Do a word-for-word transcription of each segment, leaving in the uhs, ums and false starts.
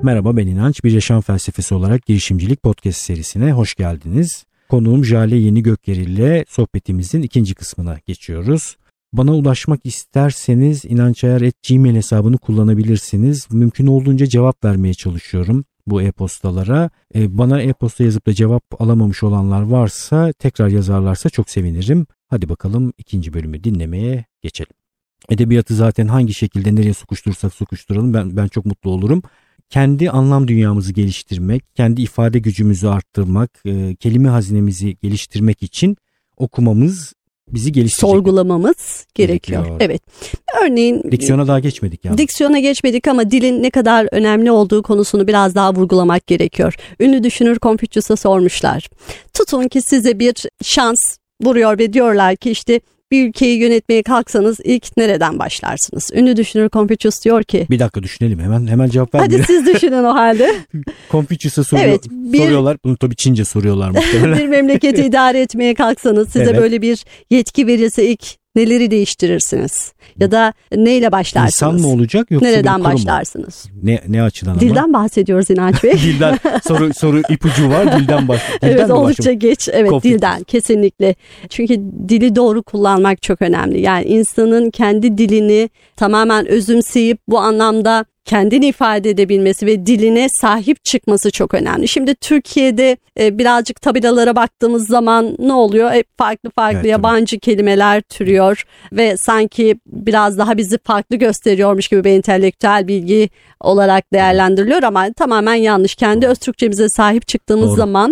Merhaba, ben İnanç. Bir Yaşam Felsefesi olarak girişimcilik podcast serisine hoş geldiniz. Konuğum Jale Yeni Gökyeri ile sohbetimizin ikinci kısmına geçiyoruz. Bana ulaşmak isterseniz inançayar at gmail hesabını kullanabilirsiniz. Mümkün olduğunca cevap vermeye çalışıyorum bu e-postalara. Ee, bana e-posta yazıp da cevap alamamış olanlar varsa tekrar yazarlarsa çok sevinirim. Hadi bakalım ikinci bölümü dinlemeye geçelim. Edebiyatı zaten hangi şekilde nereye sokuşturursak sokuşturalım ben, ben çok mutlu olurum. Kendi anlam dünyamızı geliştirmek, kendi ifade gücümüzü arttırmak, e, kelime hazinemizi geliştirmek için okumamız bizi geliştirecek. Sorgulamamız gerekiyor. gerekiyor. Evet. Örneğin diksiyona daha geçmedik yani. Diksiyona geçmedik ama dilin ne kadar önemli olduğu konusunu biraz daha vurgulamak gerekiyor. Ünlü düşünür Confucius'a sormuşlar. Tutun ki size bir şans vuruyor ve diyorlar ki işte bir ülkeyi yönetmeye kalksanız ilk nereden başlarsınız? Ünlü düşünür Confucius diyor ki. Bir dakika düşünelim hemen hemen cevap vermeyelim. Hadi siz düşünün o halde. Confucius'a soruyor, evet, bir, soruyorlar. Bunu tabii Çince soruyorlar muhtemelen. Bir memleketi idare etmeye kalksanız size evet. böyle bir yetki verirse ilk neleri değiştirirsiniz? Ya da neyle başlarsınız? İnsan mı olacak yoksa nereden başlarsınız? Ne ne açıdan ama? Dilden bahsediyoruz İnanç Bey. Dilden soru soru ipucu var. Dilden baş. Dilden evet oldukça başım? geç. Evet Konflik. Dilden kesinlikle. Çünkü dili doğru kullanmak çok önemli. Yani insanın kendi dilini tamamen özümseyip bu anlamda kendini ifade edebilmesi ve diline sahip çıkması çok önemli. Şimdi Türkiye'de e, birazcık tabelalara baktığımız zaman ne oluyor? Hep farklı farklı evet, yabancı tabii. kelimeler türüyor ve sanki biraz daha bizi farklı gösteriyormuş gibi bir entelektüel bilgi olarak değerlendiriliyor ama tamamen yanlış. Kendi öz Türkçemize sahip çıktığımız Doğru. zaman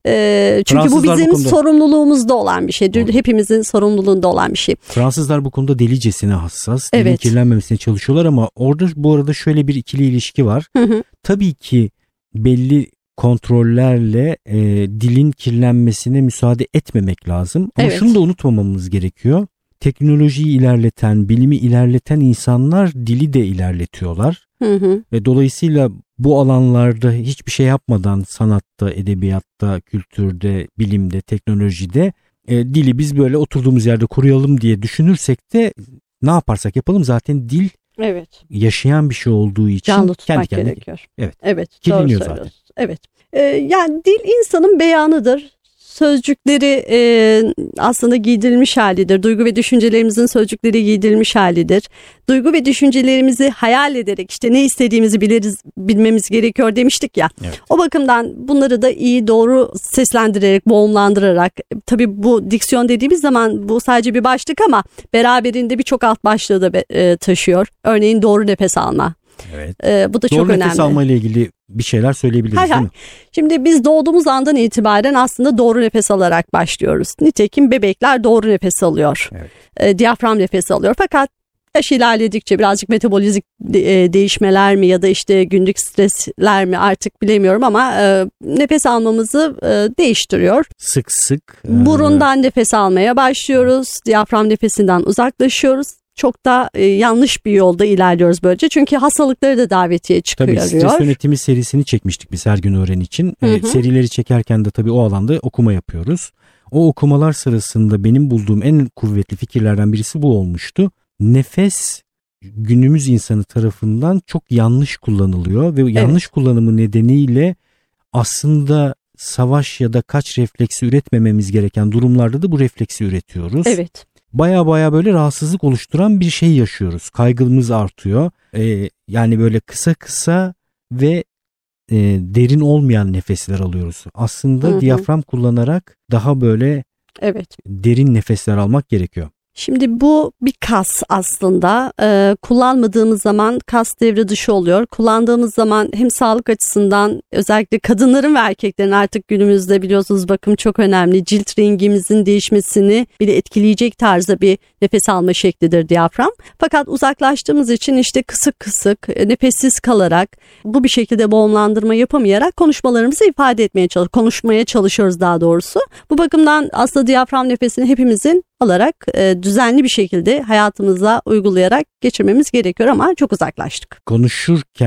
e, çünkü Fransızlar bu bizim bu sorumluluğumuzda olan bir şey. Doğru. Hepimizin sorumluluğunda olan bir şey. Fransızlar bu konuda delicesine hassas. Evet. Dilin kirlenmemesine çalışıyorlar ama orada bu arada şöyle bir ikili ilişki var. Hı hı. Tabii ki belli kontrollerle e, dilin kirlenmesine müsaade etmemek lazım. Ama evet. şunu da unutmamamız gerekiyor. Teknolojiyi ilerleten, bilimi ilerleten insanlar dili de ilerletiyorlar. Hı hı. Ve dolayısıyla bu alanlarda hiçbir şey yapmadan sanatta, edebiyatta, kültürde, bilimde, teknolojide e, dili biz böyle oturduğumuz yerde koruyalım diye düşünürsek de ne yaparsak yapalım zaten dil evet. yaşayan bir şey olduğu için canlı tutmak kendi kendine gerekiyor. Evet. Evet. Kirleniyor zaten. Evet. Ee, yani dil insanın beyanıdır. Sözcükleri e, aslında giydirilmiş halidir. Duygu ve düşüncelerimizin sözcükleri giydirilmiş halidir. Duygu ve düşüncelerimizi hayal ederek işte ne istediğimizi biliriz, bilmemiz gerekiyor demiştik ya. Evet. O bakımdan bunları da iyi doğru seslendirerek, boğumlandırarak tabii bu diksiyon dediğimiz zaman bu sadece bir başlık ama beraberinde birçok alt başlığı da e, taşıyor. Örneğin doğru nefes alma. Evet. Ee, bu da doğru çok önemli. Doğru nefes alma ile ilgili bir şeyler söyleyebiliriz hay değil hay. mi? Şimdi biz doğduğumuz andan itibaren aslında doğru nefes alarak başlıyoruz. Nitekim bebekler doğru nefes alıyor. Evet. E, diyafram nefesi alıyor. Fakat yaş ilerledikçe birazcık metabolizm de, e, değişmeler mi ya da işte günlük stresler mi artık bilemiyorum ama e, nefes almamızı e, değiştiriyor. Sık sık. E... Burundan nefes almaya başlıyoruz. Diyafram nefesinden uzaklaşıyoruz. Çok da e, yanlış bir yolda ilerliyoruz böylece. Çünkü hastalıkları da davetiye çıkıyor. Tabii stres yönetimi serisini çekmiştik biz her gün öğren için. Hı hı. E, serileri çekerken de tabii o alanda okuma yapıyoruz. O okumalar sırasında benim bulduğum en kuvvetli fikirlerden birisi bu olmuştu. Nefes günümüz insanı tarafından çok yanlış kullanılıyor ve evet. yanlış kullanımı nedeniyle aslında savaş ya da kaç refleksi üretmememiz gereken durumlarda da bu refleksi üretiyoruz. Evet. Baya baya böyle rahatsızlık oluşturan bir şey yaşıyoruz. Kaygımız artıyor. Ee, yani böyle kısa kısa ve e, derin olmayan nefesler alıyoruz. Aslında hı hı. diyafram kullanarak daha böyle evet. derin nefesler almak gerekiyor. Şimdi bu bir kas aslında. Ee, kullanmadığımız zaman kas devre dışı oluyor. Kullandığımız zaman hem sağlık açısından özellikle kadınların ve erkeklerin artık günümüzde biliyorsunuz bakım çok önemli. Cilt rengimizin değişmesini bile etkileyecek tarzda bir nefes alma şeklidir diyafram. Fakat uzaklaştığımız için işte kısık kısık nefessiz kalarak bu bir şekilde boğumlandırma yapamayarak konuşmalarımızı ifade etmeye çalışıyoruz. Konuşmaya çalışıyoruz daha doğrusu. Bu bakımdan aslında diyafram nefesini hepimizin alarak e, düzenli bir şekilde hayatımıza uygulayarak geçirmemiz gerekiyor ama çok uzaklaştık. Konuşurken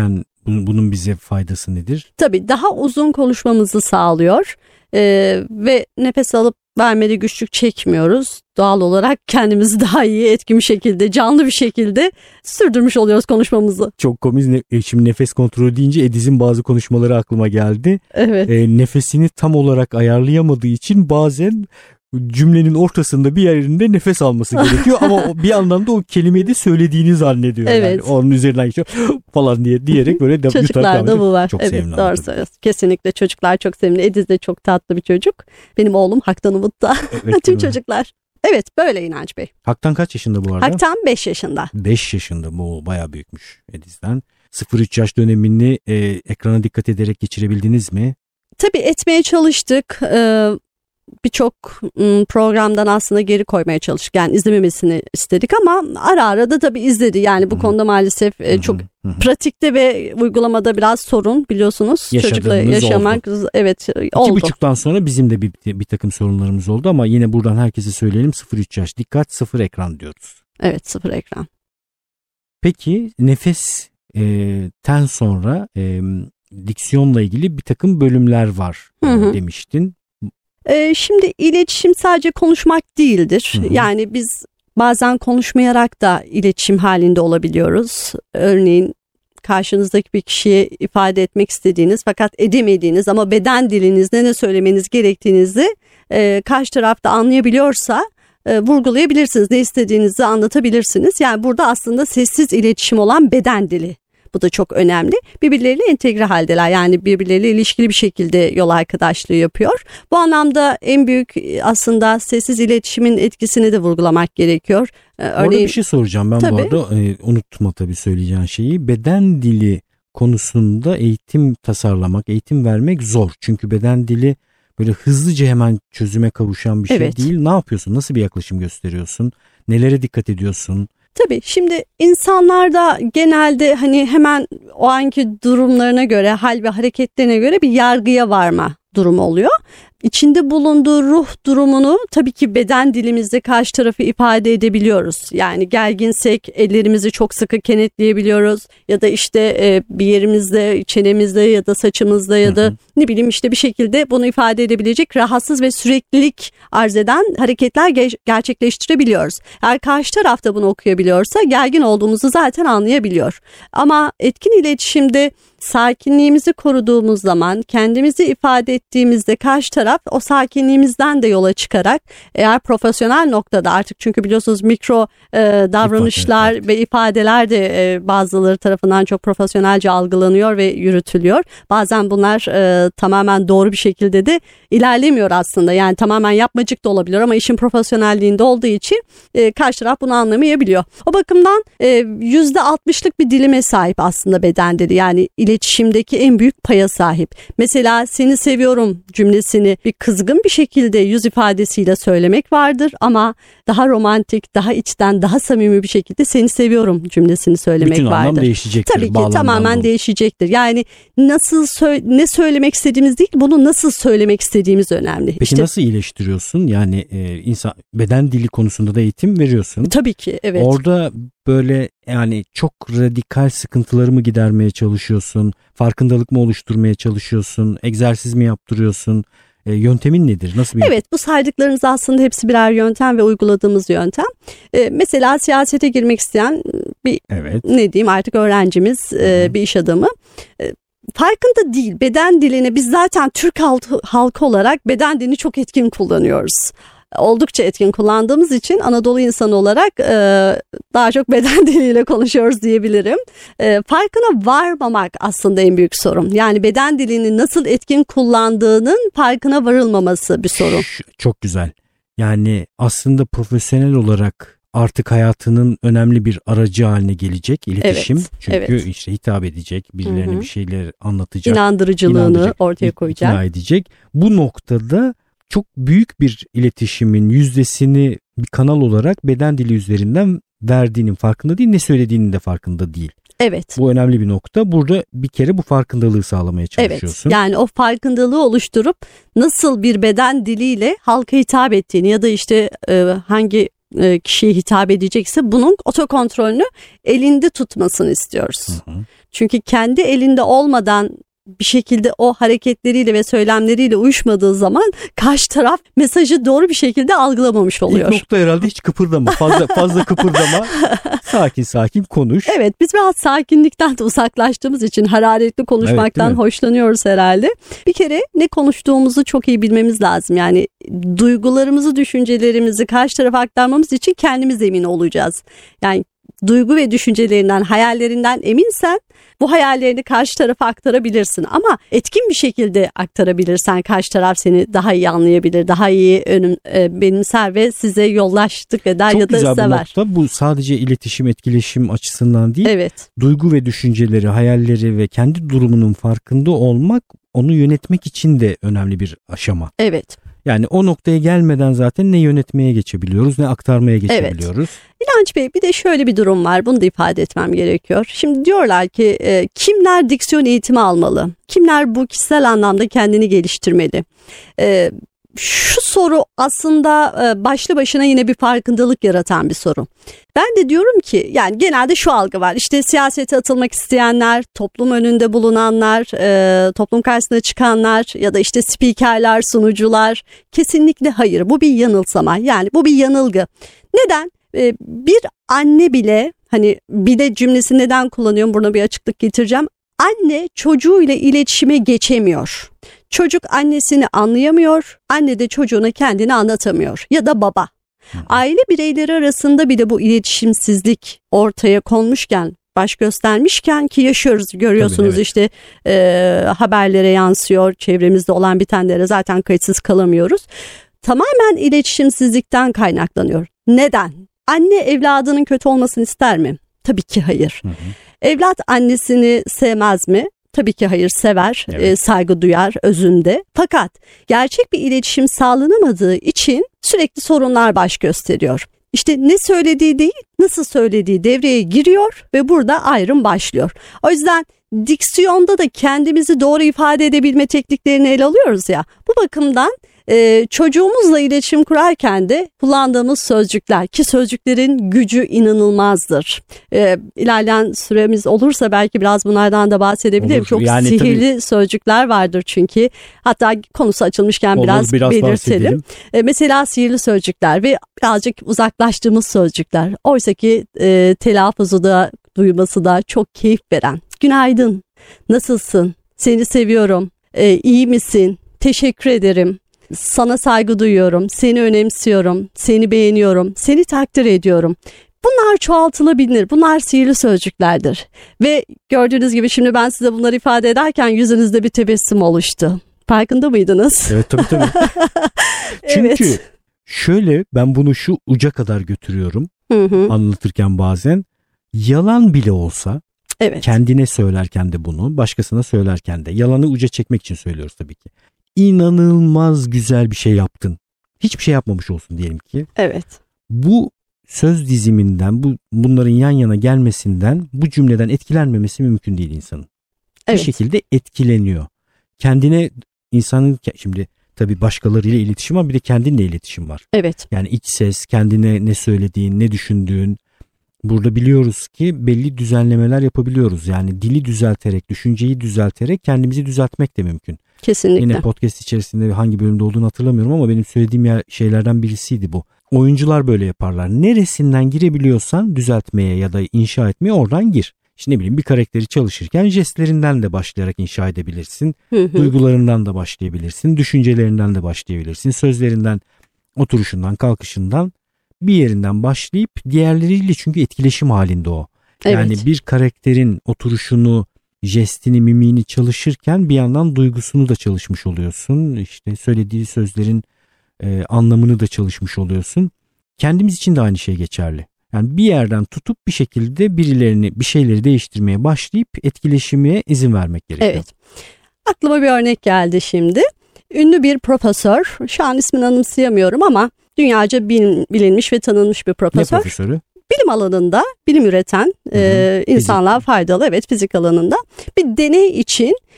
Bunun bize faydası nedir? Tabii daha uzun konuşmamızı sağlıyor ee, ve nefes alıp vermede güçlük çekmiyoruz. Doğal olarak kendimizi daha iyi, etkin bir şekilde, canlı bir şekilde sürdürmüş oluyoruz konuşmamızı. Çok komik. Şimdi nefes kontrolü deyince Ediz'in bazı konuşmaları aklıma geldi. Evet. E, nefesini tam olarak ayarlayamadığı için bazen cümlenin ortasında bir yerinde nefes alması gerekiyor ama bir yandan da o kelimeyi de söylediğini zannediyor. Evet. Yani onun üzerinden geçiyor falan diye diyerek böyle de çocuklarda bu var. Çok evet, sevimli. Doğru söylüyorsun. Kesinlikle çocuklar çok sevimli. Ediz de çok tatlı bir çocuk. Benim oğlum Hak'tan Umut'ta. Evet, tüm çocuklar. Evet, böyle İnanç Bey. Hak'tan kaç yaşında bu arada? Hak'tan beş yaşında. beş yaşında, bu bayağı büyükmüş Ediz'den. sıfır üç yaş dönemini e, ekrana dikkat ederek geçirebildiniz mi? Tabii etmeye çalıştık. Ee, Birçok programdan aslında geri koymaya çalıştık. Yani izlememesini istedik ama ara ara da tabii izledi. Yani bu Hı-hı. konuda maalesef Hı-hı. çok Hı-hı. pratikte ve uygulamada biraz sorun biliyorsunuz. Çocukla yaşamak oldu. Evet oldu. İki buçuktan sonra bizim de bir, bir takım sorunlarımız oldu ama yine buradan herkese söyleyelim, sıfır üç yaş dikkat, sıfır ekran diyoruz. Evet, sıfır ekran. Peki nefesten sonra e, diksiyonla ilgili bir takım bölümler var Hı-hı. demiştin. Şimdi iletişim sadece konuşmak değildir. Hı hı. Yani biz bazen konuşmayarak da iletişim halinde olabiliyoruz. Örneğin karşınızdaki bir kişiye ifade etmek istediğiniz fakat edemediğiniz ama beden dilinizde ne söylemeniz gerektiğinizi e, karşı tarafta anlayabiliyorsa e, vurgulayabilirsiniz. Ne istediğinizi anlatabilirsiniz. Yani burada aslında sessiz iletişim olan beden dili. Bu da çok önemli. Birbirleriyle entegre haldeler. Yani birbirleriyle ilişkili bir şekilde yol arkadaşlığı yapıyor. Bu anlamda en büyük aslında sessiz iletişimin etkisini de vurgulamak gerekiyor. Örneğin, orada bir şey soracağım ben tabii. Bu arada e, unutma tabii söyleyeceğin şeyi. Beden dili konusunda eğitim tasarlamak, eğitim vermek zor. Çünkü beden dili böyle hızlıca hemen çözüme kavuşan bir şey evet. değil. Ne yapıyorsun? Nasıl bir yaklaşım gösteriyorsun? Nelere dikkat ediyorsun? Tabii şimdi insanlarda genelde hani hemen o anki durumlarına göre, hal ve hareketlerine göre bir yargıya varma durumu oluyor. İçinde bulunduğu ruh durumunu tabii ki beden dilimizde karşı tarafı ifade edebiliyoruz. Yani gerginsek ellerimizi çok sıkı kenetleyebiliyoruz ya da işte e, bir yerimizde, çenemizde ya da saçımızda ya da hı hı. ne bileyim işte bir şekilde bunu ifade edebilecek rahatsız ve süreklilik arz eden hareketler ge- gerçekleştirebiliyoruz. Eğer karşı taraf da bunu okuyabiliyorsa gergin olduğumuzu zaten anlayabiliyor. Ama etkin iletişimde sakinliğimizi koruduğumuz zaman, kendimizi ifade ettiğimizde karşı taraf o sakinliğimizden de yola çıkarak eğer profesyonel noktada artık çünkü biliyorsunuz mikro e, davranışlar İfade, ve ifadeler de e, bazıları tarafından çok profesyonelce algılanıyor ve yürütülüyor. Bazen bunlar e, tamamen doğru bir şekilde de ilerlemiyor aslında. Yani tamamen yapmacık da olabilir ama işin profesyonelliğinde olduğu için e, karşı taraf bunu anlamayabiliyor. O bakımdan e, yüzde altmışlık bir dilime sahip aslında beden dili. Yani iletişimdeki en büyük paya sahip. Mesela seni seviyorum cümlesini bir kızgın bir şekilde yüz ifadesiyle söylemek vardır ama daha romantik, daha içten, daha samimi bir şekilde seni seviyorum cümlesini söylemek bütün vardır. Bütün anlam değişecektir. Tabii ki tamamen bu. değişecektir. Yani nasıl sö- ne söylemek istediğimiz değil, bunu nasıl söylemek istediğimiz önemli. Peki işte, nasıl iyileştiriyorsun? Yani e, insan beden dili konusunda da eğitim veriyorsun. Tabii ki, evet. Orada böyle yani çok radikal sıkıntılarımı gidermeye çalışıyorsun? Farkındalık mı oluşturmaya çalışıyorsun? Egzersiz mi yaptırıyorsun? E, yöntemin nedir? Nasıl bir Evet, bu saydıklarınız aslında hepsi birer yöntem ve uyguladığımız yöntem. E, mesela siyasete girmek isteyen bir evet. ne diyeyim artık öğrencimiz, e, bir iş adamı. E, farkında değil. Beden dilini biz zaten Türk halkı, halkı olarak beden dilini çok etkin kullanıyoruz. Oldukça etkin kullandığımız için Anadolu insanı olarak e, daha çok beden diliyle konuşuyoruz diyebilirim. E, farkına varmamak aslında en büyük sorun. Yani beden dilini nasıl etkin kullandığının farkına varılmaması bir sorun. Çok güzel. Yani aslında profesyonel olarak artık hayatının önemli bir aracı haline gelecek iletişim. Evet, Çünkü evet. işte hitap edecek, birilerine Hı-hı. bir şeyler anlatacak. İnandırıcılığını inandıracak, ortaya koyacak. İkna edecek. Bu noktada çok büyük bir iletişimin yüzdesini bir kanal olarak beden dili üzerinden verdiğinin farkında değil, ne söylediğinin de farkında değil. Evet. Bu önemli bir nokta. Burada bir kere bu farkındalığı sağlamaya çalışıyorsun. Evet. Yani o farkındalığı oluşturup nasıl bir beden diliyle halka hitap ettiğini ya da işte e, hangi e, kişiye hitap edecekse bunun otokontrolünü elinde tutmasını istiyoruz. Hı hı. Çünkü kendi elinde olmadan bir şekilde o hareketleriyle ve söylemleriyle uyuşmadığı zaman karşı taraf mesajı doğru bir şekilde algılamamış oluyor. İlk nokta herhalde hiç kıpırdama. Fazla fazla kıpırdama. Sakin sakin konuş. Evet, biz biraz sakinlikten de uzaklaştığımız için hararetli konuşmaktan evet, hoşlanıyoruz herhalde. Bir kere ne konuştuğumuzu çok iyi bilmemiz lazım. Yani duygularımızı, düşüncelerimizi karşı tarafa aktarmamız için kendimiz emin olacağız. Yani duygu ve düşüncelerinden, hayallerinden eminsen bu hayallerini karşı tarafa aktarabilirsin. Ama etkin bir şekilde aktarabilirsen karşı taraf seni daha iyi anlayabilir, daha iyi önüm, e, benimser ve size yollaştık eder çok ya da sever. Çok güzel bir nokta. Bu sadece iletişim, etkileşim açısından değil. Evet. Duygu ve düşünceleri, hayalleri ve kendi durumunun farkında olmak, onu yönetmek için de önemli bir aşama. Evet. Yani o noktaya gelmeden zaten ne yönetmeye geçebiliyoruz, ne aktarmaya geçebiliyoruz. Evet. İnanç Bey, bir de şöyle bir durum var. Bunu da ifade etmem gerekiyor. Şimdi diyorlar ki e, kimler diksiyon eğitimi almalı? Kimler bu kişisel anlamda kendini geliştirmeli? E, şu soru aslında e, başlı başına yine bir farkındalık yaratan bir soru. Ben de diyorum ki yani genelde şu algı var. İşte siyasete atılmak isteyenler, toplum önünde bulunanlar, e, toplum karşısına çıkanlar ya da işte spikerler, sunucular. Kesinlikle hayır. Bu bir yanılsama. Yani bu bir yanılgı. Neden? E, bir anne bile, hani bir de cümlesi neden kullanıyorum, buna bir açıklık getireceğim. Anne çocuğuyla iletişime geçemiyor. Çocuk annesini anlayamıyor, anne de çocuğuna kendini anlatamıyor ya da baba. Aile bireyleri arasında bile bu iletişimsizlik ortaya konmuşken, baş göstermişken ki yaşıyoruz, görüyorsunuz. Tabii, evet. işte e, haberlere yansıyor, çevremizde olan bitenlere zaten kayıtsız kalamıyoruz. Tamamen iletişimsizlikten kaynaklanıyor. Neden? Anne evladının kötü olmasını ister mi? Tabii ki hayır. Hı hı. Evlat annesini sevmez mi? Tabii ki hayır, sever, evet. e, saygı duyar özünde. Fakat gerçek bir iletişim sağlanamadığı için sürekli sorunlar baş gösteriyor. İşte ne söylediği değil, nasıl söylediği devreye giriyor ve burada ayrım başlıyor. O yüzden diksiyonda da kendimizi doğru ifade edebilme tekniklerini ele alıyoruz ya. Bu bakımdan Ee, çocuğumuzla iletişim kurarken de kullandığımız sözcükler, ki sözcüklerin gücü inanılmazdır. Ee, ilerleyen süremiz olursa belki biraz bunlardan da bahsedebilirim. Olur. Çok yani sihirli tabii, sözcükler vardır çünkü. Hatta konusu açılmışken olur, biraz, biraz belirtelim. Ee, mesela sihirli sözcükler ve birazcık uzaklaştığımız sözcükler. Oysa ki e, telaffuzu da, duyması da çok keyif veren. Günaydın, nasılsın, seni seviyorum, e, iyi misin, teşekkür ederim. Sana saygı duyuyorum, seni önemsiyorum, seni beğeniyorum, seni takdir ediyorum. Bunlar çoğaltılabilir, bunlar sihirli sözcüklerdir. Ve gördüğünüz gibi şimdi ben size bunları ifade ederken yüzünüzde bir tebessüm oluştu. Farkında mıydınız? Evet, tabii tabii. Çünkü evet, şöyle, ben bunu şu uca kadar götürüyorum, hı hı, anlatırken bazen. Yalan bile olsa, evet, kendine söylerken de bunu, başkasına söylerken de yalanı uca çekmek için söylüyoruz tabii ki. İnanılmaz güzel bir şey yaptın. Hiçbir şey yapmamış olsun diyelim ki. Evet. Bu söz diziminden, bu bunların yan yana gelmesinden, bu cümleden etkilenmemesi mümkün değil insanın. Evet. Bir şekilde etkileniyor. Kendine, insanın şimdi tabii başkalarıyla iletişim var, bir de kendinle iletişim var. Evet. Yani iç ses, kendine ne söylediğin, ne düşündüğün. Burada biliyoruz ki belli düzenlemeler yapabiliyoruz. Yani dili düzelterek, düşünceyi düzelterek kendimizi düzeltmek de mümkün. Kesinlikle. Yine podcast içerisinde hangi bölümde olduğunu hatırlamıyorum ama benim söylediğim şeylerden birisiydi bu. Oyuncular böyle yaparlar. Neresinden girebiliyorsan düzeltmeye ya da inşa etmeye oradan gir. İşte ne bileyim, bir karakteri çalışırken jestlerinden de başlayarak inşa edebilirsin. Hı hı. Duygularından da başlayabilirsin. Düşüncelerinden de başlayabilirsin. Sözlerinden, oturuşundan, kalkışından, bir yerinden başlayıp diğerleriyle, çünkü etkileşim halinde o. Yani evet, bir karakterin oturuşunu, jestini, mimiğini çalışırken bir yandan duygusunu da çalışmış oluyorsun. İşte söylediği sözlerin e, anlamını da çalışmış oluyorsun. Kendimiz için de aynı şey geçerli. Yani bir yerden tutup bir şekilde birilerini, bir şeyleri değiştirmeye başlayıp etkileşime izin vermek gerekiyor. Evet. Aklıma bir örnek geldi şimdi. Ünlü bir profesör, şu an ismini anımsayamıyorum ama dünyaca bilinmiş ve tanınmış bir profesör. Ne profesörü? Bilim alanında bilim üreten, hı hı, e, insanlığa faydalı, evet, fizik alanında bir deney için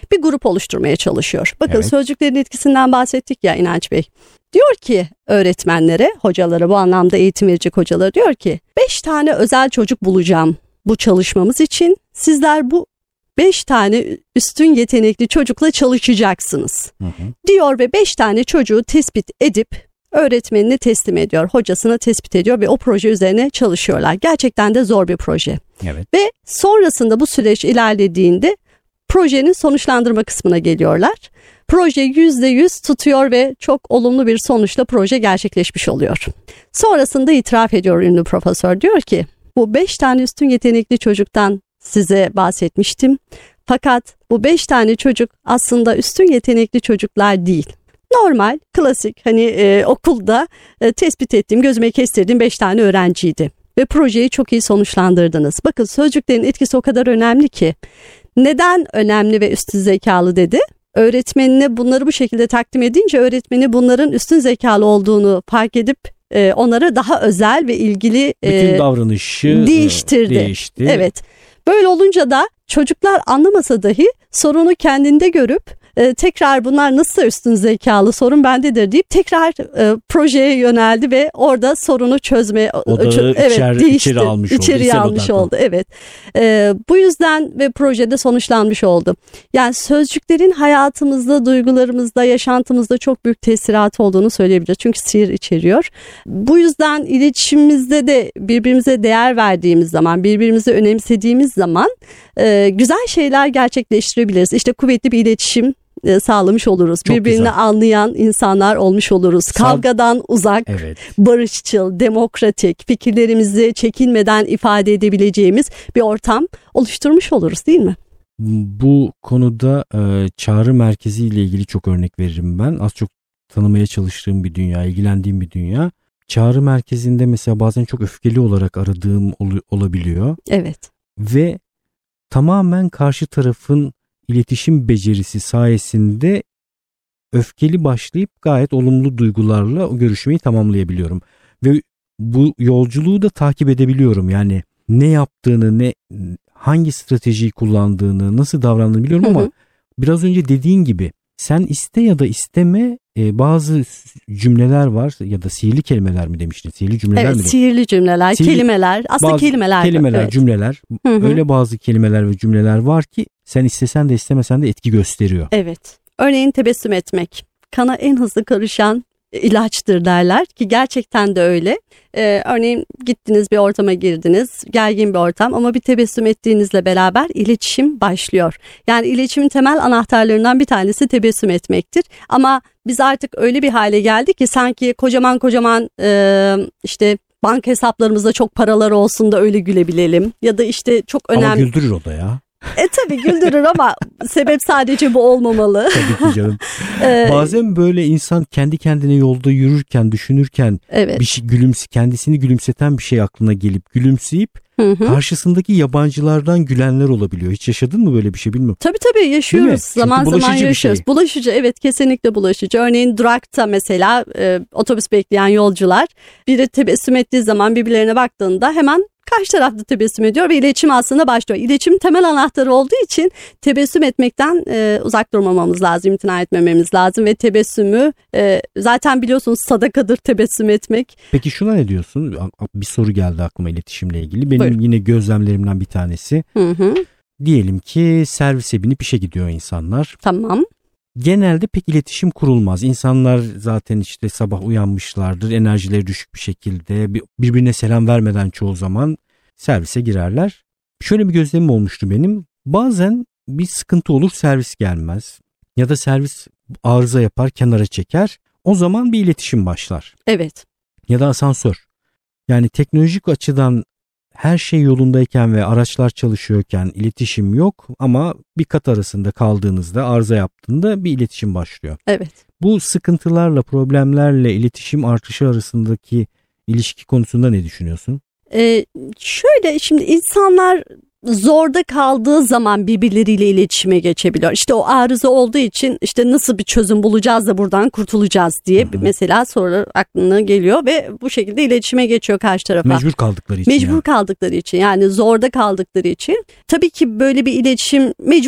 bir grup oluşturmaya çalışıyor. Bakın Evet. sözcüklerin etkisinden bahsettik ya İnanç Bey. Diyor ki öğretmenlere, hocalara, bu anlamda eğitim verecek hocalara diyor ki beş tane özel çocuk bulacağım bu çalışmamız için. Sizler bu beş tane üstün yetenekli çocukla çalışacaksınız. Hı hı. Diyor ve beş tane çocuğu tespit edip öğretmenine teslim ediyor, hocasına tespit ediyor ve o proje üzerine çalışıyorlar. Gerçekten de zor bir proje. Evet. Ve sonrasında bu süreç ilerlediğinde projenin sonuçlandırma kısmına geliyorlar. Proje yüzde yüz tutuyor ve çok olumlu bir sonuçla proje gerçekleşmiş oluyor. Sonrasında itiraf ediyor ünlü profesör. Diyor ki bu beş tane üstün yetenekli çocuktan size bahsetmiştim. Fakat bu beş tane çocuk aslında üstün yetenekli çocuklar değil. Normal, klasik hani e, okulda e, tespit ettiğim, gözüme kestirdiğim beş tane öğrenciydi. Ve projeyi çok iyi sonuçlandırdınız. Bakın sözcüklerin etkisi o kadar önemli ki. Neden önemli ve üstün zekalı dedi? Öğretmenine bunları bu şekilde takdim edince öğretmeni bunların üstün zekalı olduğunu fark edip e, onlara daha özel ve ilgili e, bütün davranışı değiştirdi. değişti. Evet. Böyle olunca da çocuklar anlamasa dahi sorunu kendinde görüp e, tekrar bunlar nasıl üstün zekalı, sorun bendedir deyip tekrar e, projeye yöneldi ve orada sorunu çözmeye odaları evet, içer, değişti. içeri almış İçeriye oldu. almış oldu. Evet. E, bu yüzden ve projede sonuçlanmış oldu. Yani sözcüklerin hayatımızda, duygularımızda, yaşantımızda çok büyük tesiratı olduğunu söyleyebiliriz. Çünkü sihir içeriyor. Bu yüzden iletişimimizde de birbirimize değer verdiğimiz zaman, birbirimizi önemsediğimiz zaman e, güzel şeyler gerçekleştirebiliriz. İşte kuvvetli bir iletişim e, sağlamış oluruz. Çok birbirini güzel. anlayan insanlar olmuş oluruz. Kavgadan uzak, evet. barışçıl, demokratik, fikirlerimizi çekinmeden ifade edebileceğimiz bir ortam oluşturmuş oluruz, değil mi? Bu konuda e, çağrı merkezi ile ilgili çok örnek veririm ben. Az çok tanımaya çalıştığım bir dünya, ilgilendiğim bir dünya. Çağrı merkezinde mesela bazen çok öfkeli olarak aradığım ol- olabiliyor. Evet. Ve tamamen karşı tarafın iletişim becerisi sayesinde öfkeli başlayıp gayet olumlu duygularla o görüşmeyi tamamlayabiliyorum. Ve bu yolculuğu da takip edebiliyorum. Yani ne yaptığını, ne hangi stratejiyi kullandığını, nasıl davrandığını biliyorum ama hı hı. biraz önce dediğin gibi sen iste ya da isteme e, bazı cümleler var ya da sihirli kelimeler mi demiştin? Sihirli cümleler evet, mi? Evet, sihirli cümleler, sihirli, kelimeler. Aslında bazı kelimeler. Kelimeler, evet. cümleler. Hı hı. Öyle bazı kelimeler ve cümleler var ki sen istesen de istemesen de etki gösteriyor. Evet. Örneğin tebessüm etmek. Kana en hızlı karışan ilaçtır derler ki gerçekten de öyle. Ee, örneğin gittiniz bir ortama girdiniz, gergin bir ortam ama bir tebessüm ettiğinizle beraber iletişim başlıyor. Yani iletişimin temel anahtarlarından bir tanesi tebessüm etmektir. Ama biz artık öyle bir hale geldik ki sanki kocaman kocaman e, işte banka hesaplarımızda çok paralar olsun da öyle gülebilelim ya da işte çok önemli. Ama güldürür o da ya. E tabii güldürür ama sebep sadece bu olmamalı. Tabii ki canım. ee, Bazen böyle insan kendi kendine yolda yürürken, düşünürken evet. bir şey gülümse, kendisini gülümseten bir şey aklına gelip gülümseyip hı hı. karşısındaki yabancılardan gülenler olabiliyor. Hiç yaşadın mı böyle bir şey bilmiyorum. Tabii tabii yaşıyoruz. Zaman zaman yaşıyoruz. Şey. Bulaşıcı, evet, kesinlikle bulaşıcı. Örneğin durakta mesela e, otobüs bekleyen yolcular biri tebessüm ettiği zaman birbirlerine baktığında hemen karşı tarafta tebessüm ediyor ve iletişim aslında başlıyor. İletişim temel anahtarı olduğu için tebessüm etmekten e, uzak durmamamız lazım, imtina etmememiz lazım ve tebessümü e, zaten biliyorsunuz sadakadır tebessüm etmek. Peki şuna ne diyorsun? Bir soru geldi aklıma iletişimle ilgili. Benim Buyurun. Yine gözlemlerimden bir tanesi. Hı hı. Diyelim ki servise binip işe gidiyor insanlar. Tamam. Genelde pek iletişim kurulmaz. İnsanlar zaten işte sabah uyanmışlardır, enerjileri düşük bir şekilde birbirine selam vermeden çoğu zaman servise girerler. Şöyle bir gözlemim olmuştu benim. Bazen bir sıkıntı olur, servis gelmez ya da servis arıza yapar, kenara çeker. O zaman bir iletişim başlar. Evet. Ya da asansör. Yani teknolojik açıdan her şey yolundayken ve araçlar çalışıyorken iletişim yok ama bir kat arasında kaldığınızda, arıza yaptığında bir iletişim başlıyor. Evet. Bu sıkıntılarla, problemlerle iletişim artışı arasındaki ilişki konusunda ne düşünüyorsun? Ee, şöyle şimdi insanlar zorda kaldığı zaman birbirleriyle iletişime geçebiliyor. İşte o arıza olduğu için işte nasıl bir çözüm bulacağız da buradan kurtulacağız diye hı hı. mesela sorular aklına geliyor ve bu şekilde iletişime geçiyor karşı tarafa. Mecbur kaldıkları için. Mecbur yani. kaldıkları için yani zorda kaldıkları için. Tabii ki böyle bir iletişim mecburi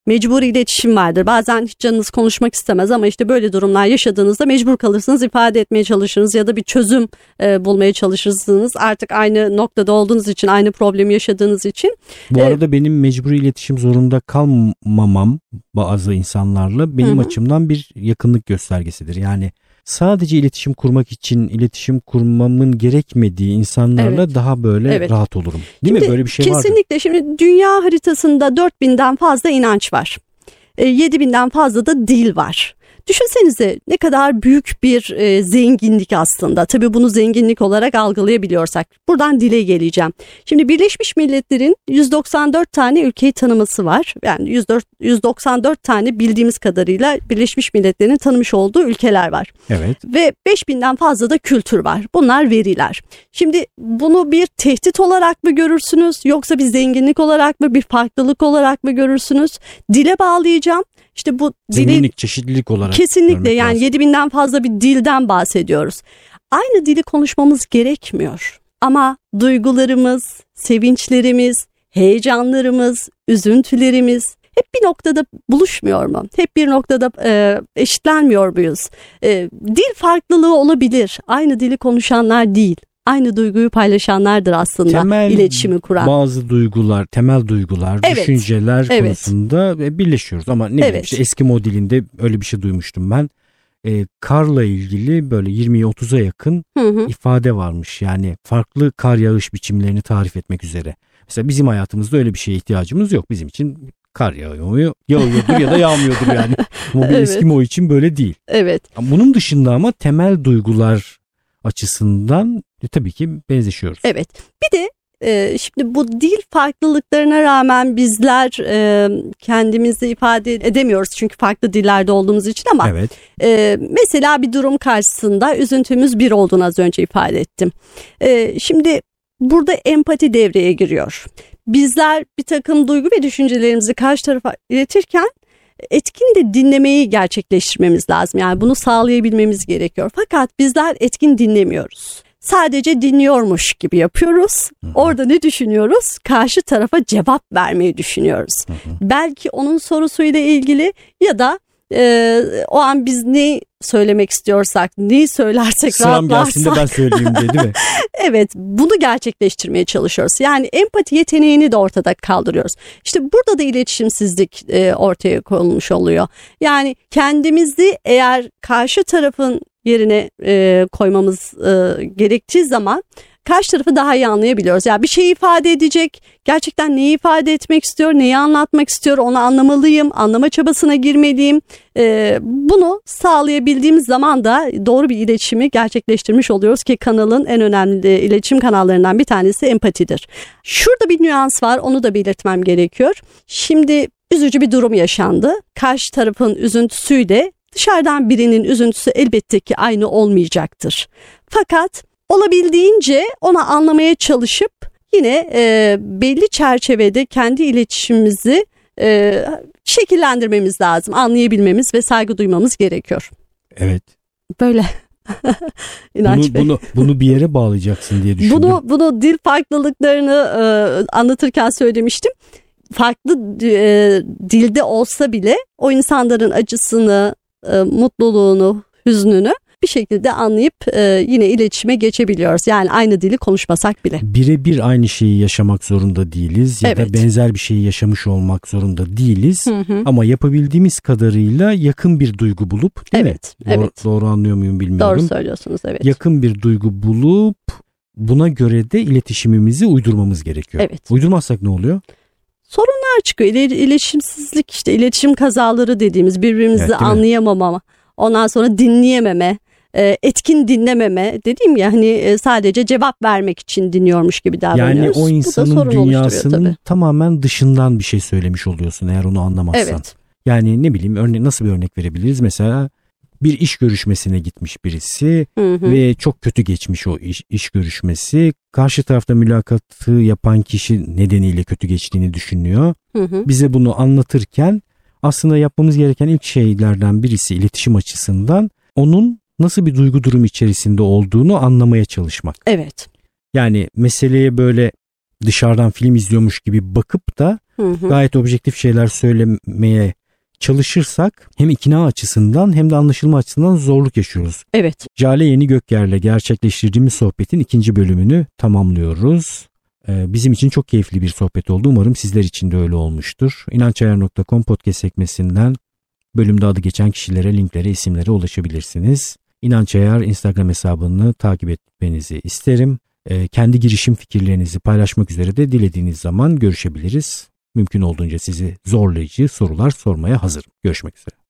mecburi iletişim vardır. Bazen hiç canınız konuşmak istemez ama işte böyle durumlar yaşadığınızda mecbur kalırsınız, ifade etmeye çalışırsınız ya da bir çözüm e, bulmaya çalışırsınız. Artık aynı noktada olduğunuz için, aynı problemi yaşadığınız için. Bu E, arada benim mecburi iletişim zorunda kalmamam bazı insanlarla benim hı hı. açımdan bir yakınlık göstergesidir. Yani sadece iletişim kurmak için iletişim kurmamın gerekmediği insanlarla evet. daha böyle evet. rahat olurum. Değil şimdi, mi? Böyle bir şey var. Kesinlikle. Vardır. Şimdi dünya haritasında dört binden fazla inanç var. yedi binden fazla da dil var. Düşünsenize ne kadar büyük bir e, zenginlik aslında. Tabii bunu zenginlik olarak algılayabiliyorsak. Buradan dile geleceğim. Şimdi Birleşmiş Milletler'in yüz doksan dört tane ülkeyi tanıması var. Yani yüz doksan dört tane bildiğimiz kadarıyla Birleşmiş Milletler'in tanımış olduğu ülkeler var. Evet. Ve beş binden fazla da kültür var. Bunlar veriler. Şimdi bunu bir tehdit olarak mı görürsünüz? Yoksa bir zenginlik olarak mı, bir farklılık olarak mı görürsünüz? Dile bağlayacağım. İşte bu zenginlik, dili, çeşitlilik olarak. Kesinlikle yani yedi binden fazla bir dilden bahsediyoruz. Aynı dili konuşmamız gerekmiyor. Ama duygularımız, sevinçlerimiz, heyecanlarımız, üzüntülerimiz hep bir noktada buluşmuyor mu? Hep bir noktada e, eşitlenmiyor muyuz? E, dil farklılığı olabilir. Aynı dili konuşanlar değil. Aynı duyguyu paylaşanlardır aslında temel iletişimi kuran. Bazı duygular, temel duygular, evet, düşünceler evet. konusunda birleşiyoruz. Ama ne bileyim evet. işte Eskimo dilinde öyle bir şey duymuştum ben. Ee, karla ilgili böyle yirmiye otuza yakın hı hı. ifade varmış. Yani farklı kar yağış biçimlerini tarif etmek üzere. Mesela bizim hayatımızda öyle bir şeye ihtiyacımız yok. Bizim için kar yağıyor, yağıyordur ya da yağmıyordur yani. Ama bir evet. Eskimo için böyle değil. Evet. Bunun dışında ama temel duygular açısından e, tabii ki benzeşiyoruz. Evet. Bir de e, şimdi bu dil farklılıklarına rağmen bizler e, kendimizi ifade edemiyoruz. Çünkü farklı dillerde olduğumuz için ama evet. e, mesela bir durum karşısında üzüntümüz bir olduğunu az önce ifade ettim. E, şimdi burada empati devreye giriyor. Bizler bir takım duygu ve düşüncelerimizi karşı tarafa iletirken etkin de dinlemeyi gerçekleştirmemiz lazım. Yani bunu sağlayabilmemiz gerekiyor. Fakat bizler etkin dinlemiyoruz. Sadece dinliyormuş gibi yapıyoruz. Hı hı. Orada ne düşünüyoruz? Karşı tarafa cevap vermeyi düşünüyoruz. Hı hı. Belki onun sorusuyla ilgili ya da e, o an biz ne söylemek istiyorsak, neyi söylersek sıram rahatlarsak. Sıram gelsin de ben söyleyeyim diye, değil mi? Evet, bunu gerçekleştirmeye çalışıyoruz. Yani empati yeteneğini de ortada kaldırıyoruz. İşte burada da iletişimsizlik e, ortaya konulmuş oluyor. Yani kendimizi eğer karşı tarafın yerine e, koymamız e, gerektiği zaman karşı tarafı daha iyi anlayabiliyoruz. Yani bir şeyi ifade edecek, gerçekten neyi ifade etmek istiyor, neyi anlatmak istiyor, onu anlamalıyım, anlama çabasına girmeliyim. Ee, bunu sağlayabildiğimiz zaman da doğru bir iletişimi gerçekleştirmiş oluyoruz ki kanalın en önemli iletişim kanallarından bir tanesi empatidir. Şurada bir nüans var, onu da belirtmem gerekiyor. Şimdi üzücü bir durum yaşandı. Karşı tarafın üzüntüsüyle dışarıdan birinin üzüntüsü elbette ki aynı olmayacaktır. Fakat olabildiğince onu anlamaya çalışıp yine e, belli çerçevede kendi iletişimimizi e, şekillendirmemiz lazım. Anlayabilmemiz ve saygı duymamız gerekiyor. Evet. Böyle. bunu, bunu, bunu bir yere bağlayacaksın diye düşündüm. Bunu, bunu dil farklılıklarını e, anlatırken söylemiştim. Farklı e, dilde olsa bile o insanların acısını, e, mutluluğunu, hüznünü bir şekilde anlayıp e, yine iletişime geçebiliyoruz. Yani aynı dili konuşmasak bile. Birebir aynı şeyi yaşamak zorunda değiliz ya evet. da benzer bir şeyi yaşamış olmak zorunda değiliz. Hı hı. Ama yapabildiğimiz kadarıyla yakın bir duygu bulup, değil evet, mi? Doğru, evet. doğru anlıyor muyum bilmiyorum. Doğru söylüyorsunuz, evet. Yakın bir duygu bulup buna göre de iletişimimizi uydurmamız gerekiyor. Evet. Uydurmazsak ne oluyor? Sorunlar çıkıyor. İle, iletişimsizlik, işte iletişim kazaları dediğimiz, birbirimizi evet, anlayamama, ondan sonra dinleyememe, etkin dinlememe, dediğim ya hani sadece cevap vermek için dinliyormuş gibi davranıyoruz. Yani o insanın dünyasının tamamen dışından bir şey söylemiş oluyorsun eğer onu anlamazsan. Evet. Yani ne bileyim örne- nasıl bir örnek verebiliriz? Mesela bir iş görüşmesine gitmiş birisi hı hı. ve çok kötü geçmiş o iş, iş görüşmesi. Karşı tarafta mülakatı yapan kişi nedeniyle kötü geçtiğini düşünüyor. Hı hı. Bize bunu anlatırken aslında yapmamız gereken ilk şeylerden birisi iletişim açısından onun nasıl bir duygu durum içerisinde olduğunu anlamaya çalışmak. Evet. Yani meseleye böyle dışarıdan film izliyormuş gibi bakıp da hı hı. gayet objektif şeyler söylemeye çalışırsak hem ikna açısından hem de anlaşılma açısından zorluk yaşıyoruz. Evet. Jale Yeni Gökyer'le gerçekleştirdiğimiz sohbetin ikinci bölümünü tamamlıyoruz. Bizim için çok keyifli bir sohbet oldu. Umarım sizler için de öyle olmuştur. inançayar nokta com podcast sekmesinden bölümde adı geçen kişilere, linklere, isimlere ulaşabilirsiniz. İnanç Ayar Instagram hesabını takip etmenizi isterim. Kendi girişim fikirlerinizi paylaşmak üzere de dilediğiniz zaman görüşebiliriz. Mümkün olduğunca sizi zorlayıcı sorular sormaya hazırım. Görüşmek üzere.